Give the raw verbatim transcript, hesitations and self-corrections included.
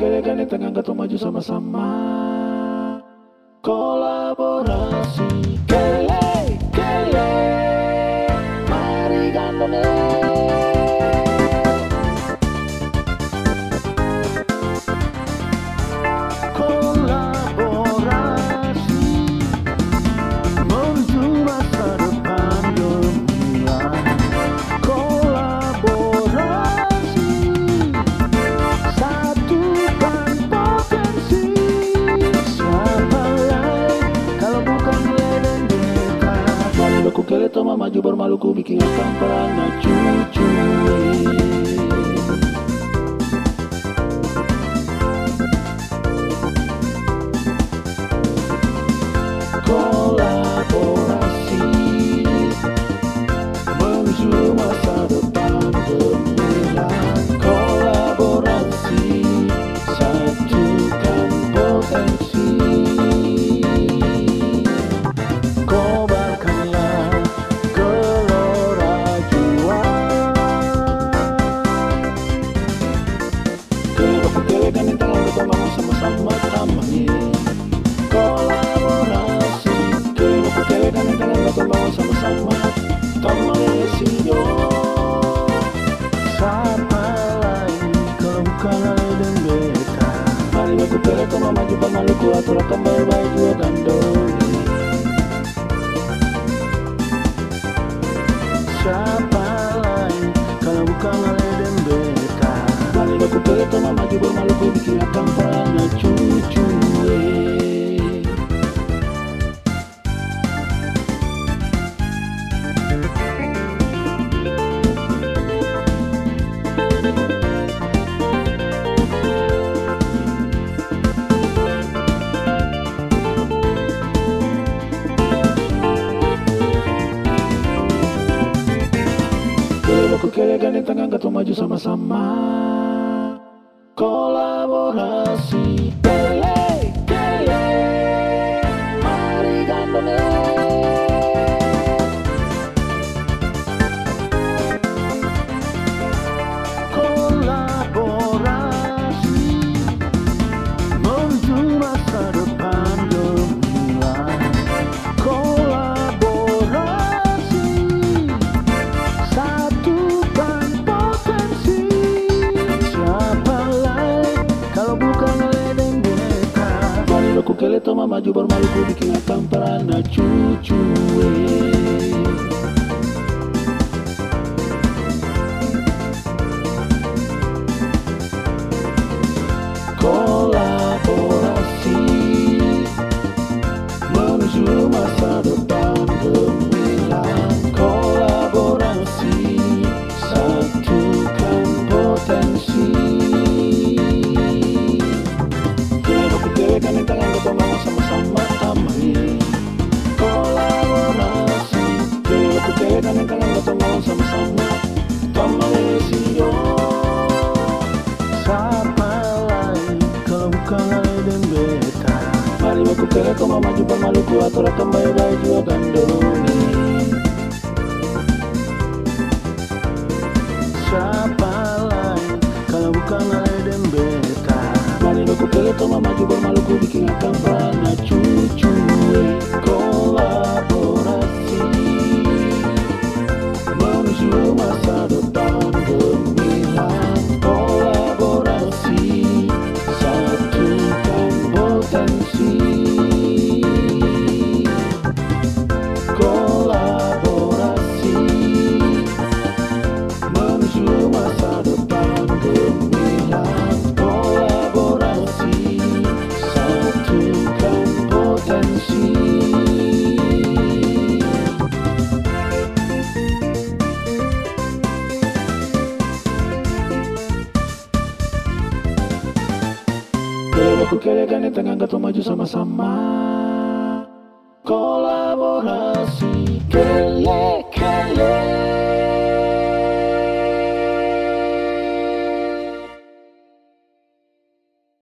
kele gane tengah gato maju sama-sama. Kolaborasi kele kele, mari gandone. Kolaborasi menuju masa depan gemilang. Kolaborasi satukan potensi. Siapa lain kalau bukan gue dan beta. Mari baku kele toma maju bermaluku bikin akan perana cucu. Kolaborasi menuju masa depan gemilang. Kolaborasi satukan potensi. Kobarkanlah gelora jiwa. Kele baku kele gandeng tangan kita bangun sama-sama tamani. Kolaborasi kele baku kele gandeng tangan kita bangun sama-sama tamani sinyo. Siapa lain kalau bukan Ale dan beta. Mari baku kele toma maju bermaluku aturakan baik-baik juga gandoni. Siapa lain kalau bukan Ale dan beta. Mari baku kele toma maju bermaluku bikin akan perana cucu. Baku kele gandeng tangan gato maju sama-sama. Kolaborasi kele kele, mari gandone. Kolaborasi menuju masa depan gemilang. Kolaborasi satukan potensi. Siapa lain kalau bukan Ale dan beta. Mari baku kele toma maju bermaluku bikin akan perana cucu. Kolaborasi menuju masa depan gemilang. Kolaborasi satukan potensi. Kele baku kele gandeng tangan kita bangun sama-sama tamani. Kolaborasi kele baku kele gandeng tangan kita bangun sama-sama tamani sinyo. Siapa lain kalau bukan Ale dan beta. Mari baku kele toma maju bermaluku aturakan baik-baik juga gandoni. Siapa lain kalau bukan Ale dan beta. Mari baku kele toma maju bermaluku bikin akan perana cucu. Kolaborasi menuju masa depan gemilang. Kolaborasi satukan potensi. Kolaborasi menuju masa depan gemilang. Kolaborasi satukan potensi. Kele baku kele gandeng tangan gato maju sama-sama. Kolaborasi kele